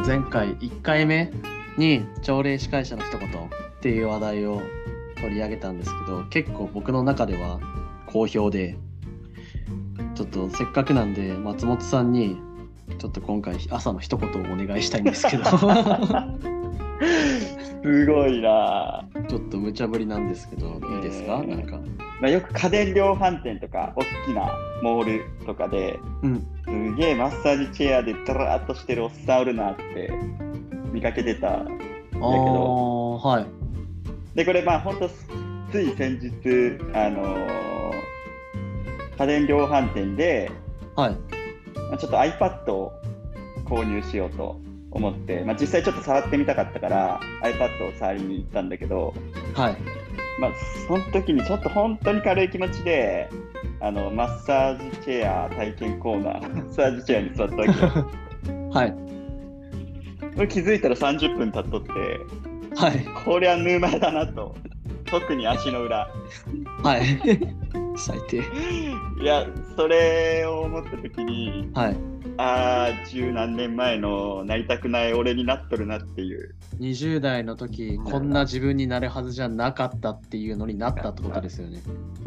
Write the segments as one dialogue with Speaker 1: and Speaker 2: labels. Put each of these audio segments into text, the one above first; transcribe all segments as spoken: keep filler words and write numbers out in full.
Speaker 1: 前回いっかいめに朝礼司会者の一言っていう話題を取り上げたんですけど、結構僕の中では好評で、ちょっとせっかくなんで松本さんにちょっと今回朝の一言をお願いしたいんですけど
Speaker 2: すごいな。
Speaker 1: ちょっと無茶ぶりなんですけど、いいですか？
Speaker 2: えー
Speaker 1: なんか、
Speaker 2: まあ、よく家電量販店とか大きなモールとかで、
Speaker 1: うん、
Speaker 2: すげえマッサージチェアでダラーっとしてるおっさんおるなって見かけてたんやけ
Speaker 1: あ
Speaker 2: ど、
Speaker 1: ー、はい、
Speaker 2: でこれまあほんとつい先日、あのー家電量販店で、
Speaker 1: はい、
Speaker 2: まあ、ちょっと iPad を購入しようと思って、まあ、実際ちょっと触ってみたかったから iPad を触りに行ったんだけど、
Speaker 1: はい、
Speaker 2: まあ、その時にちょっと本当に軽い気持ちであのマッサージチェア体験コーナーマッサージチェアに座ったわけよ
Speaker 1: はい、
Speaker 2: これ気づいたらさんじゅっぷん経っとって、
Speaker 1: はい、
Speaker 2: こりゃ沼だなと。特に足の裏。
Speaker 1: はい、最低。
Speaker 2: いや、それを思った時に、
Speaker 1: はい。
Speaker 2: ああ、十何年前のなりたくない俺になっとるなっていう。
Speaker 1: にじゅう代の時こんな自分になるはずじゃなかったっていうのになったってことですよね。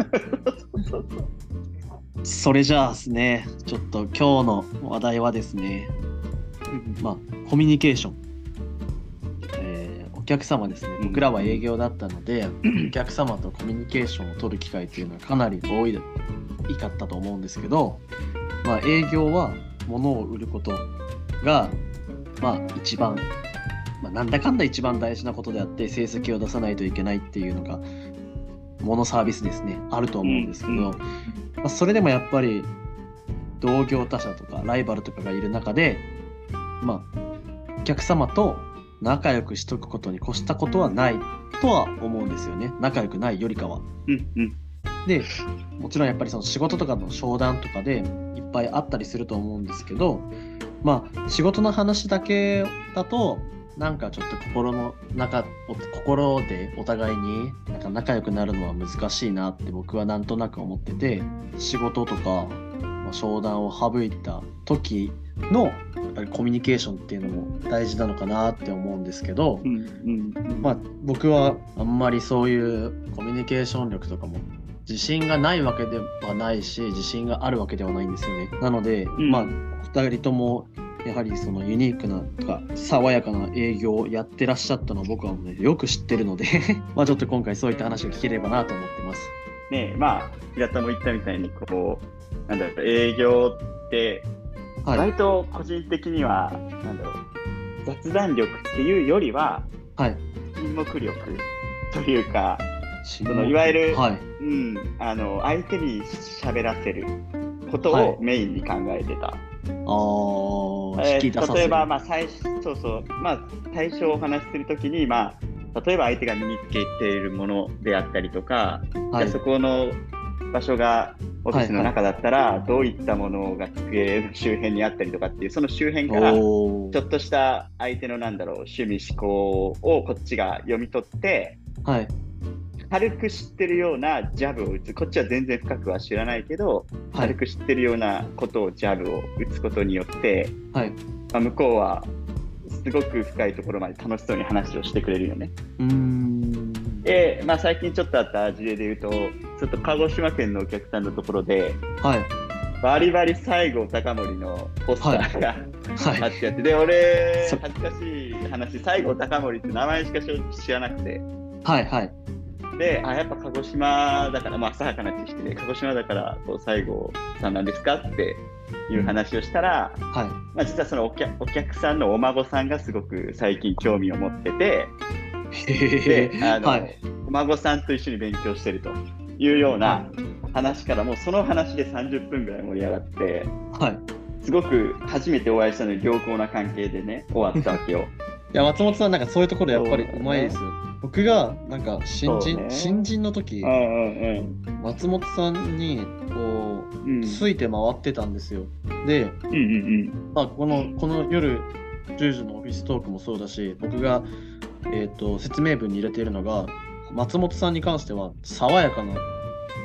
Speaker 1: それじゃあですね、ちょっと今日の話題はですね、まあコミュニケーション、えーお客様ですね。僕らは営業だったので、お客様とコミュニケーションを取る機会っていうのはかなり多いかったと思うんですけど、まあ営業は物を売ることがまあ一番、まあ、なんだかんだ一番大事なことであって、成績を出さないといけないっていうのがモノサービスですね、あると思うんですけど、
Speaker 2: うんうん
Speaker 1: まあ、それでもやっぱり同業他社とかライバルとかがいる中で、まあお客様と仲良くしとくことに越したことはないとは思うんですよね。仲良くないよりかは。
Speaker 2: うんうん
Speaker 1: で、もちろんやっぱりその仕事とかの商談とかでいっぱいあったりすると思うんですけど、まあ仕事の話だけだとなんかちょっと心の中心でお互いになんか仲良くなるのは難しいなって僕はなんとなく思ってて、仕事とか、まあ、商談を省いた時のやっぱりコミュニケーションっていうのも大事なのかなって思うんですけど、
Speaker 2: うんうん
Speaker 1: まあ僕はあんまりそういうコミュニケーション力とかも自信がないわけではないし、自信があるわけではないんですよね。なので、
Speaker 2: うん
Speaker 1: まあふたりともやはりそのユニークなとか爽やかな営業をやってらっしゃったのを僕は、ね、よく知ってるのでまあちょっと今回そういった話を聞ければなと思ってます。
Speaker 2: ねえ、まあ平田も言ったみたいにこうなんだろう、営業って
Speaker 1: はい
Speaker 2: 割と個人的にはなんだろう、雑談力っていうよりは
Speaker 1: はい。
Speaker 2: 沈黙力というか、
Speaker 1: そ
Speaker 2: そのいわゆる、
Speaker 1: はい
Speaker 2: うん、あの相手に喋らせること
Speaker 1: はい
Speaker 2: をメインに考えてた。
Speaker 1: あー引き出させる。
Speaker 2: えー例えば、まあ、最そうそう、まあ、最初お話しするときに、まあ、例えば相手が身につけているものであったりとか、
Speaker 1: はい
Speaker 2: じゃあそこの場所がオフィスの中だったら、どういったものが机の周辺にあったりとかっていう、その周辺からちょ
Speaker 1: おー
Speaker 2: っとした相手のなんだろう、趣味思考をこっちが読み取って
Speaker 1: はい
Speaker 2: 軽く知ってるようなジャブを打つ。こっちは全然深くは知らないけど、
Speaker 1: はい
Speaker 2: 軽く知ってるようなことをジャブを打つことによって、
Speaker 1: はい。
Speaker 2: まあ、向こうはすごく深いところまで楽しそうに話をしてくれるよね。
Speaker 1: うーん。
Speaker 2: で、まあ、最近ちょっとあった事例で言うと、ちょっと鹿児島県のお客さんのところで、
Speaker 1: はい
Speaker 2: バリバリ西郷隆盛のポスターが、
Speaker 1: はい
Speaker 2: あってやって、で、俺、
Speaker 1: そ
Speaker 2: 恥ずかしい話、西郷隆盛って名前しか知らなくて、
Speaker 1: はいはい
Speaker 2: で、あ、やっぱ鹿児島だから、まあ、浅はかな知識で、鹿児島だからこう西郷さんなんですかっていう話をしたら、
Speaker 1: はい
Speaker 2: まあ、実はそのお客、お客さんのお孫さんがすごく最近興味を持ってて、
Speaker 1: へ
Speaker 2: で、あの、
Speaker 1: はい
Speaker 2: お孫さんと一緒に勉強してるというような話から、もうその話でさんじゅっぷんぐらい盛り上がって、
Speaker 1: はい
Speaker 2: すごく初めてお会いしたのに良好な関係でね、終わったわけよ。
Speaker 1: いや松本さんなんかそういうところやっぱり
Speaker 2: そうだね
Speaker 1: うまいですよ。僕がなんか新人、
Speaker 2: そうね
Speaker 1: 新人の時
Speaker 2: うんうん
Speaker 1: 松本さんにこう、
Speaker 2: うん。
Speaker 1: ついて回ってたんですよ。で、
Speaker 2: うんうん
Speaker 1: まあ、このこの夜じゅうじのオフィストークもそうだし、僕が、えー、と説明文に入れているのが松本さんに関しては爽やかな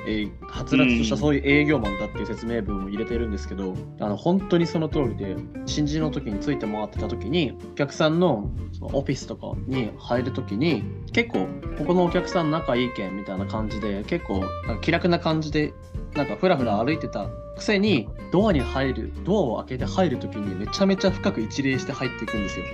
Speaker 1: えー、はつらつとしたそういう営業マンだっていう説明文を入れてるんですけど、あの本当にその通りで、新人の時について回ってた時にお客さんのそのオフィスとかに入る時に結構ここのお客さん仲いいけんみたいな感じで結構なんか気楽な感じでなんかふらふら歩いてたくせにドアに入るドアを開けて入る時にめちゃめちゃ深く一礼して入っていくんですよ。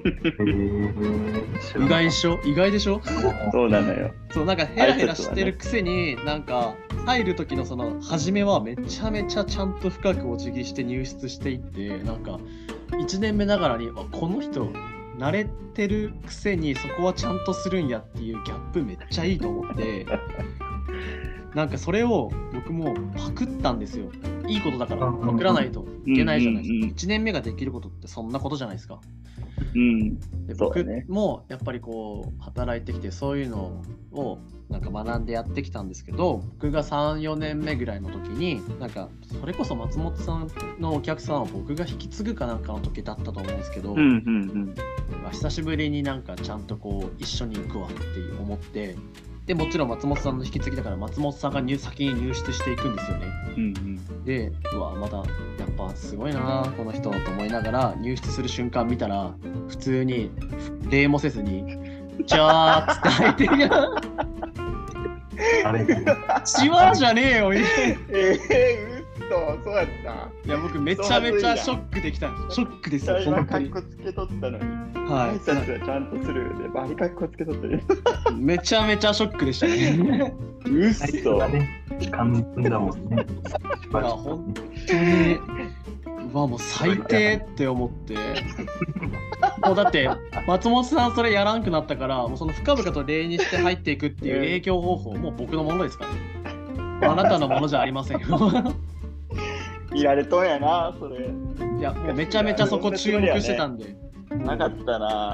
Speaker 1: 意外でしょ意外でしょ
Speaker 2: そうなのよ。
Speaker 1: そうなんかヘラヘラしてるくせに、ね、なんか入る時のその初めはめちゃめちゃちゃんと深くお辞儀して入室していって、なんかいちねんめながらにこの人慣れてるくせにそこはちゃんとするんやっていうギャップめっちゃいいと思ってなんかそれを僕もパクったんですよ。いいことだからパクらないといけないじゃないですか、うんうんうん、いちねんめができることってそんなことじゃないですか。うん、で僕もやっぱりこう働いてきてそういうのをなんか学んでやってきたんですけど、僕がさん、よねんめぐらいの時になんかそれこそ松本さんのお客さんを僕が引き継ぐかなんかの時だったと思うんですけど、うんうんうんまあ、久しぶりになんかちゃんとこう一緒に行くわって思って、でもちろん松本さんの引き継ぎだから松本さんが入先に入室していくんですよね、うんうん、でうわまだやっぱすごいなこの人と思いながら入室する瞬間見たら普通に礼もせずにじゃーっつって入ってるやんあれチワじゃねえよみたいな。
Speaker 2: えー、嘘そうやった。
Speaker 1: いや僕めちゃめちゃショックできたショックですよ
Speaker 2: 本当に。カッコつけとったのにはい挨拶はちゃんとするでバリカッコつけとったよ
Speaker 1: めちゃめちゃショックでしたね
Speaker 2: うっそ
Speaker 3: 感じだもんね
Speaker 1: いや本当にうわもう最低って思ってもうだって松本さんそれやらんくなったからもうその深々と礼にして入っていくっていう営業方法もう僕のものですからねあなたのものじゃありませんよ
Speaker 2: いられとんやなそれ。
Speaker 1: いやもうめちゃめちゃそこ注目してたんで、ね、
Speaker 2: なかったな、はい、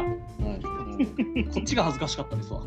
Speaker 1: こっちが恥ずかしかったですわ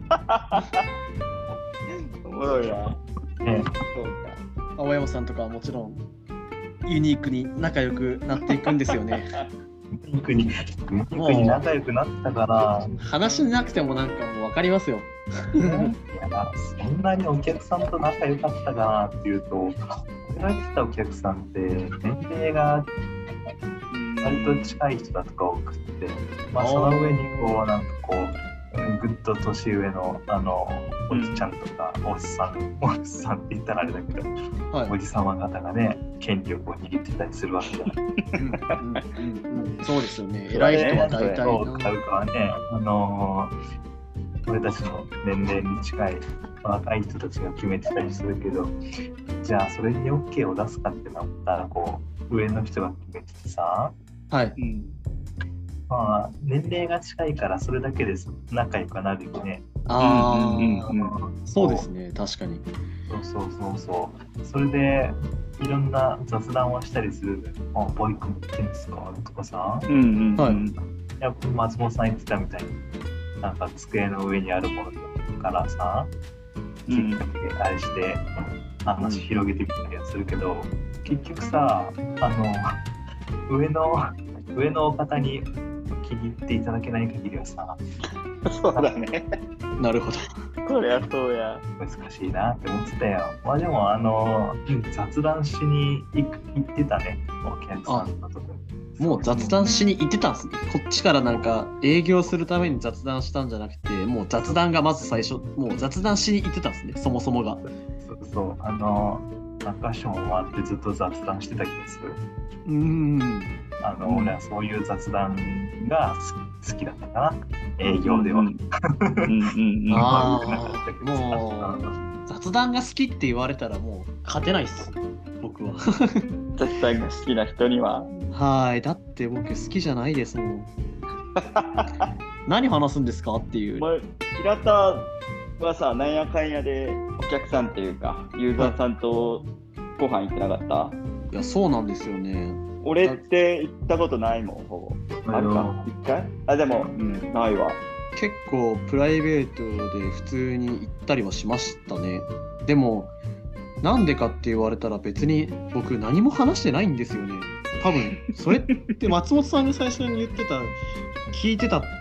Speaker 2: おもろいな、うん、そうか。
Speaker 1: 青山さんとかはもちろんユニークに仲良くなっていくんですよね
Speaker 3: ユニークに、ユニークに仲良くなったから
Speaker 1: 話しなくてもなんかもう分かりますよ
Speaker 3: いやそんなにお客さんと仲良かったかなっていうと俺が来たお客さんって年齢が割と近い人だとか多くて、まあ、その上にこうなんかこうぐっと年上のあのおじちゃんとか、うん、おっさんおっさんって言ったらあれだけど、はい、おじさま方がね権力を握ってたりするわけじゃないうんうん
Speaker 1: うんうん、そうですよね。偉い人は大体な。
Speaker 3: どう買うかはね、あのー、俺たちの年齢に近い若い人たちが決めてたりするけど、じゃあそれに OK を出すかってなったらこう上の人が決めててさ、
Speaker 1: はい、うん
Speaker 3: まあ、年齢が近いからそれだけで仲良くなるよね。
Speaker 1: ああ、うんうんうん、そうですね、確かに。
Speaker 3: そうそうそうそう。それでいろんな雑談をしたりする。あ、バイク持ってんですかとかさ。うんうんうん。はい。やっぱ松本さん言ってたみたいに、なんか机の上にあるものからさ、切りかけたりして話広げてみたりはするけど、うん、結局さ、あの上の上のお方に気に入っていただけない限りはさ
Speaker 2: そうだね
Speaker 1: なるほど
Speaker 2: これはそうや
Speaker 3: 難しいなって思ってたよ。まあでもあの雑談しに行ってたねお客さんのとこ
Speaker 1: に。もう雑談しに行ってたんですね。こっちからなんか営業するために雑談したんじゃなくてもう雑談がまず最初もう雑談しに行ってたんですねそもそもが。
Speaker 3: そうそうあの中ションもあってずっと雑談してた気がする。
Speaker 1: うーん
Speaker 3: あの、うん、俺はそういう雑談が好きだったかな営業では。うんうん
Speaker 1: うん、ああもう雑談が好きって言われたらもう勝てないっす僕は
Speaker 2: 雑談が好きな人には
Speaker 1: はいだって僕好きじゃないですもん何話すんですかっていう、
Speaker 2: まあ、平田はさなんやかんやでお客さんっていうかユーザーさんとご飯行ってなかった？
Speaker 1: いやそうなんですよね。
Speaker 2: 俺って行ったことないもんほぼ。あるか一回？あでも、うん、ないわ。
Speaker 1: 結構プライベートで普通に行ったりはしましたね。でもなんでかって言われたら別に僕何も話してないんですよね。多分それって松本さんが最初に言ってた聞いてた人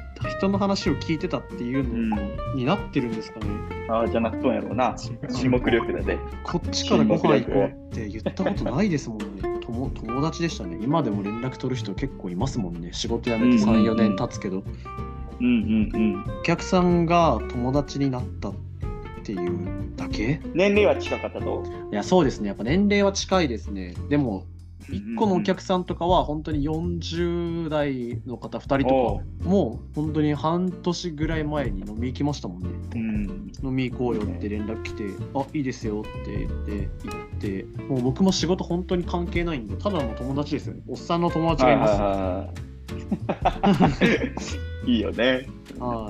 Speaker 1: 人の話を聞いてたっていうのになってるんですかね。
Speaker 2: うん、ああ、じゃなくとんやろうな。沈黙力だね。
Speaker 1: こっちからご飯行こうって言ったことないですもんね。友, 友達でしたね。今でも連絡取る人結構いますもんね。仕事辞めてさん、よねん経つけど。
Speaker 2: うんうんうん。
Speaker 1: お客さんが友達になったっていうだけ？
Speaker 2: 年齢は近かったと？
Speaker 1: いや、そうですね。やっぱ年齢は近いですね。でも、いっこのお客さんとかは本当によんじゅう代の方ふたりとか、もう本当に半年ぐらい前に飲み行きましたもんね。うん、飲み行こうよって連絡来て、あ、いいですよって言って行って、もう僕も仕事本当に関係ないんで、ただの友達ですよね。おっさんの友達がいます。
Speaker 2: いいよね。
Speaker 1: はい。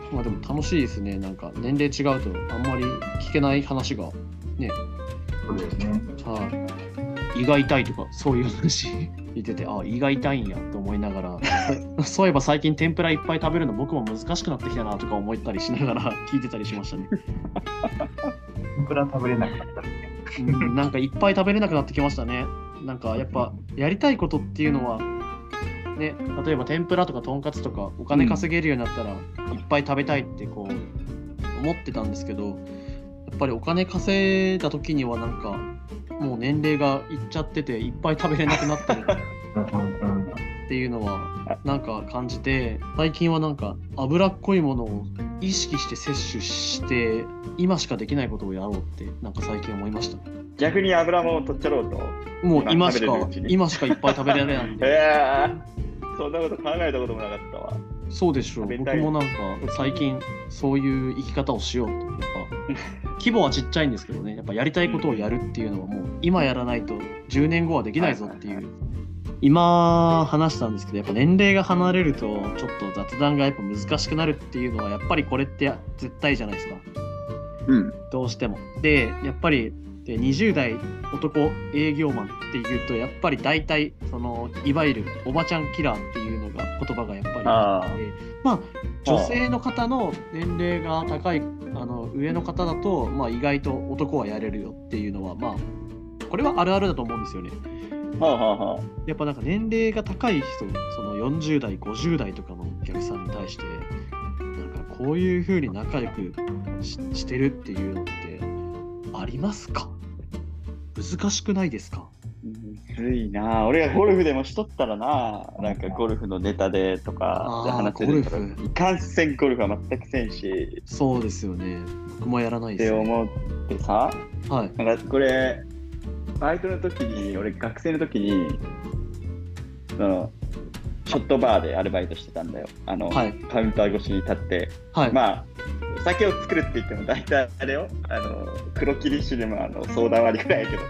Speaker 1: まあでも楽しいですね。なんか年齢違うとあんまり聞けない話がね。
Speaker 3: そうですね。
Speaker 1: はい。胃が痛いとかそういう話言ってて、あ、胃が痛いんやと思いながらそういえば最近天ぷらいっぱい食べるの僕も難しくなってきたなとか思ったりしながら聞いてたりしましたね。
Speaker 3: 天ぷら食べれなくなったね、
Speaker 1: うん、なんかいっぱい食べれなくなってきましたね。なんかやっぱやりたいことっていうのはね、例えば天ぷらとかとんかつとかお金稼げるようになったらいっぱい食べたいってこう思ってたんですけど、やっぱりお金稼いだ時にはなんかもう年齢がいっちゃってていっぱい食べれなくなってるっていうのはなんか感じて、最近はなんか脂っこいものを意識して摂取して今しかできないことをやろうってなんか最近思いました。
Speaker 2: 逆に油も取っちゃろうと。
Speaker 1: もう今しか今しかいっぱい食べられないんで。
Speaker 2: えー、そんなこと考えたこともなかったわ。
Speaker 1: そうでしょう。僕もなんか最近そういう生き方をしようと。やっぱ規模はちっちゃいんですけどね。やっぱやりたいことをやるっていうのはもう今やらないとじゅうねんごはできないぞっていう。今話したんですけど、やっぱ年齢が離れるとちょっと雑談がやっぱ難しくなるっていうのはやっぱりこれって絶対じゃないですか。
Speaker 2: うん。
Speaker 1: どうしても。で、やっぱりでにじゅう代男営業マンっていうとやっぱり大体そのいわゆるおばちゃんキラーっていうのが言葉がやっぱりあって、まあ女性の方の年齢が高いあの上の方だと、まあ、意外と男はやれるよっていうのはまあこれはあるあるだと思うんですよね。
Speaker 2: はあはあ、
Speaker 1: やっぱなんか年齢が高い人、そのよんじゅう代ごじゅう代とかのお客さんに対してなんかこういう風に仲良く し, してるっていうのってありますか？難しくないですか？
Speaker 2: むずいな。俺がゴルフでもしとったらな、なんかゴルフのネタでとかで話せるから、いかんせんゴルフは全くせんし。
Speaker 1: そうですよね。僕もやらないです
Speaker 2: ね。って思ってさ、
Speaker 1: はい、
Speaker 2: なんかこれバイトの時に、俺学生の時にそのショットバーでアルバイトしてたんだよ。あの、はい、カウンター越しに立って、はい、まあお酒を作るって言っても大体あれよ、あの黒霧シネマのソーダ割りぐらいやけど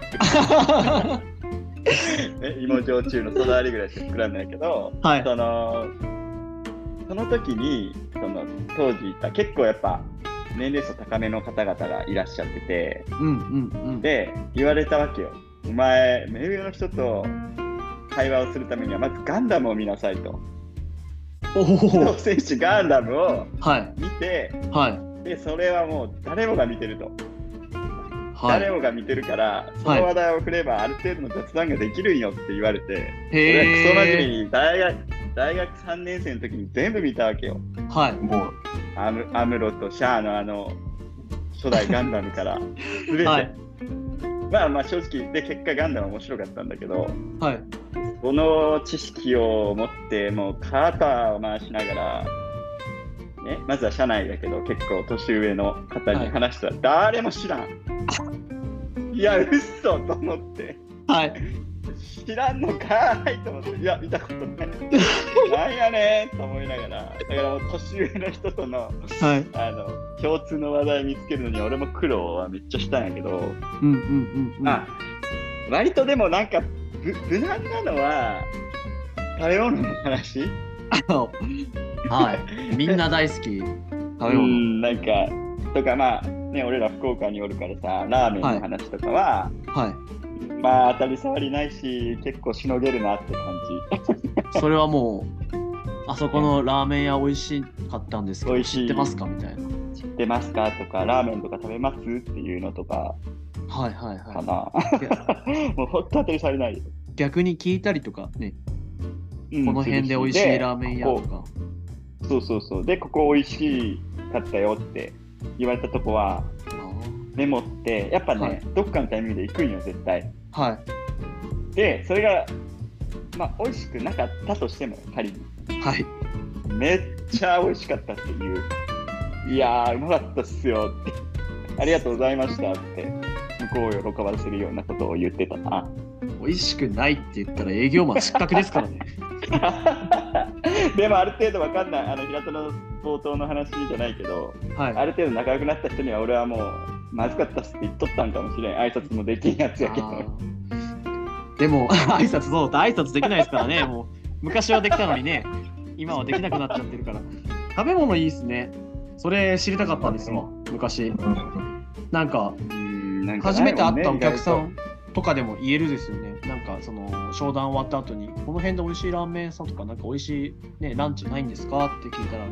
Speaker 2: ね、芋焼酎のソーダ割りぐらいしか作らないけど、はい、そのその時にその当時いた結構やっぱ年齢層高めの方々がいらっしゃってて、
Speaker 1: うんうんうん、
Speaker 2: で言われたわけよ。お前目上の人と会話をするためにはまずガンダムを見なさいと。機動戦士ガンダムを見て、はいはい、でそれはもう誰もが見てると、はい、誰もが見てるからその話題を振ればある程度の雑談ができるんよって言われて、はい、俺はクソ真面目に大学大学さんねん生の時に全部見たわけよ。
Speaker 1: はい、
Speaker 2: もうアム、アムロとシャアのあの初代ガンダムから全て、はい、まあまあ正直で結果ガンダム面白かったんだけど、
Speaker 1: はい、
Speaker 2: この知識を持ってもうカーターを回しながら、ね、まずは社内だけど結構年上の方に話したら誰も知らん、はい、いや嘘と思って、
Speaker 1: はい、
Speaker 2: 知らんのかーいと思って、いや見たことないなんやねーと思いながら、だからもう年上の人との、はい、あの共通の話題見つけるのに俺も苦労はめっちゃしたんやけど、うん
Speaker 1: うんうんうん、
Speaker 2: あ割とでもなんか無難なのは食べ物の話
Speaker 1: はい、みんな大好き食べ物
Speaker 2: うんなんかとかまあね、俺ら福岡におるからさラーメンの話とかは、
Speaker 1: はいはい、
Speaker 2: まあ当たり障りないし結構しのげるなって感
Speaker 1: じそれはもうあそこのラーメン屋美味しかったんですけど知ってますかみたいな、
Speaker 2: 知ってますかとかラーメンとか食べますっていうのとか
Speaker 1: はいはいはい
Speaker 2: かなもうほんと当たり障りないよ。
Speaker 1: 逆に聞いたりとかね、うん、この辺で美味しいラーメン屋とか
Speaker 2: そうそうそう。で、ここ美味しかったよって言われたとこは、メモって、やっぱね、はい、どっかのタイミングで行くんよ、絶対。
Speaker 1: はい。
Speaker 2: で、それが、まあ、美味しくなかったとしても、仮に。
Speaker 1: はい。
Speaker 2: めっちゃ美味しかったっていう。いやー、うまかったっすよって。ありがとうございましたって、向こうを喜ばせるようなことを言ってたな。
Speaker 1: 美味しくないって言ったら営業マン失格ですからね。
Speaker 2: でもある程度わかんない、あの平田の冒頭の話じゃないけど、はい、ある程度仲良くなった人には俺はもうまずかったっすって言っとったんかもしれん。挨拶もできんやつやけど。
Speaker 1: でも挨拶どうだって挨拶できないですからね。もう昔はできたのにね、今はできなくなっちゃってるから。食べ物いいっすね。それ知りたかったんですもん、昔。なんか、なんか初めて会ったお客さんとかでも言えるですよね。なんかその商談終わった後に、この辺で美味しいラーメン屋さんとか、なんか美味しい、ね、ランチないんですかって聞いたら、うん、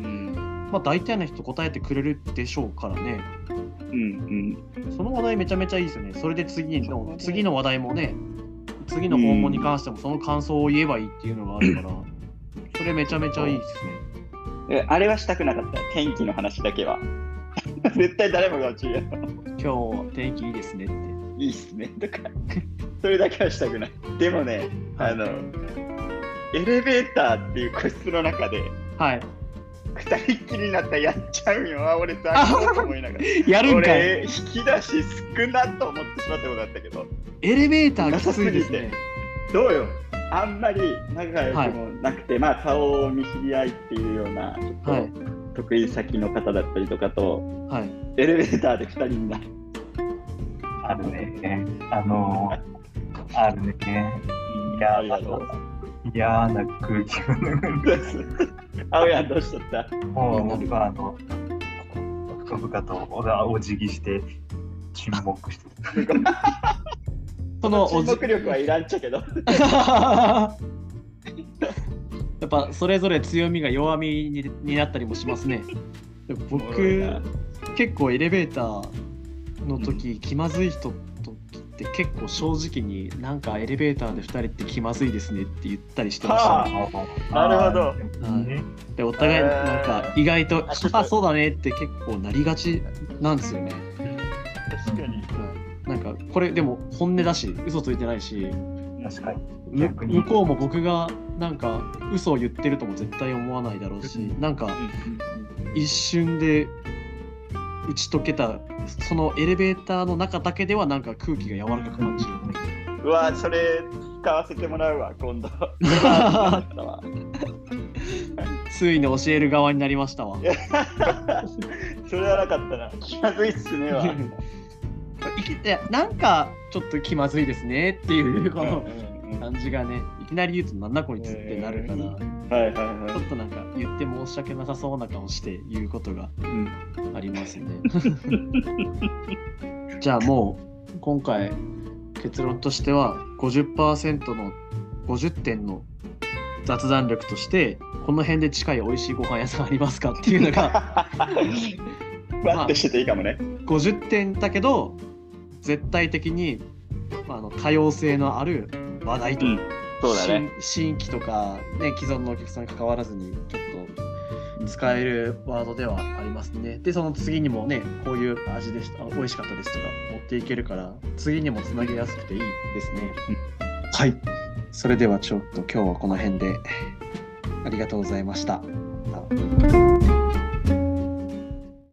Speaker 1: まあ大体の人答えてくれるでしょうからね。
Speaker 2: うん
Speaker 1: うん、その話題めちゃめちゃいいですよね。それで次の次の話題もね、次の訪問に関してもその感想を言えばいいっていうのがあるから、それめちゃめちゃいいですね。
Speaker 2: え、あれはしたくなかった。天気の話だけは。絶対誰もが落ちるやろ。
Speaker 1: 今日天気いいですねって。
Speaker 2: いいっすねとか。それだけはしたくない。でもね、あの、エレベーターっていう個室の中で、
Speaker 1: はい。
Speaker 2: 二人っきりになったらやっちゃうんよ。あ、俺さ、そう思いながら。
Speaker 1: やるんかい。
Speaker 2: 俺、引き出し少なと思ってしまったことだったけど。
Speaker 1: エレベーターきついですね。
Speaker 2: どうよ。あんまり仲良くもなくて、はい、まあ顔を見知り合いっていうような、ちょっと得意先の方だったりとかと、はい、エレベーターでふたりになる。
Speaker 3: あるね。あのー、あるね。いやー、嫌な空気が
Speaker 2: 流れる。青やんどうしとった？
Speaker 3: もう僕はあの、深々とお辞儀して沈黙してた。
Speaker 2: その沈黙力はいらんちゃけど。
Speaker 1: やっぱそれぞれ強みが弱み に, になったりもしますね。僕結構エレベーターの時、うん、気まずい人って結構正直になんかエレベーターでふたりって気まずいですねって言ったりしてました、ね。
Speaker 2: なるほど。
Speaker 1: はい、でお互いなんか意外とあそうだねって結構なりがちなんですよね。
Speaker 2: 確かに。
Speaker 1: なんかこれでも本音だし嘘ついてないし、
Speaker 3: 確か
Speaker 1: に向こうも僕がなんか嘘を言ってるとも絶対思わないだろうし、なんか一瞬で打ち解けたそのエレベーターの中だけではなんか空気が柔らかく感じる。
Speaker 2: うわそれ使わせてもらうわ今度。
Speaker 1: ついに教える側になりましたわ。
Speaker 2: それはなかったな。気まずいっすねわ。
Speaker 1: いやなんかちょっと気まずいですねっていうこの感じがね、いきなり言うとなんだこいつってなるから、
Speaker 2: はいはいはい、
Speaker 1: ちょっとなんか言って申し訳なさそうな顔して言うことがありますね。じゃあもう今回結論としては ごじゅっパーセント のごじゅってんの雑談力としてこの辺で近い美味しいご飯屋さんありますかっていうのが
Speaker 2: バッてしてていいかもね。
Speaker 1: ごじゅってんだけど絶対的に、まあ、あの多様性のある話題と、うん、
Speaker 2: そうだね、
Speaker 1: 新規とか、ね、既存のお客さんに関わらずにちょっと使えるワードではありますね。でその次にもねこういう味でした美味しかったですとか持っていけるから次にもつなげやすくていいですね、うん、はい。それではちょっと今日はこの辺でありがとうございました。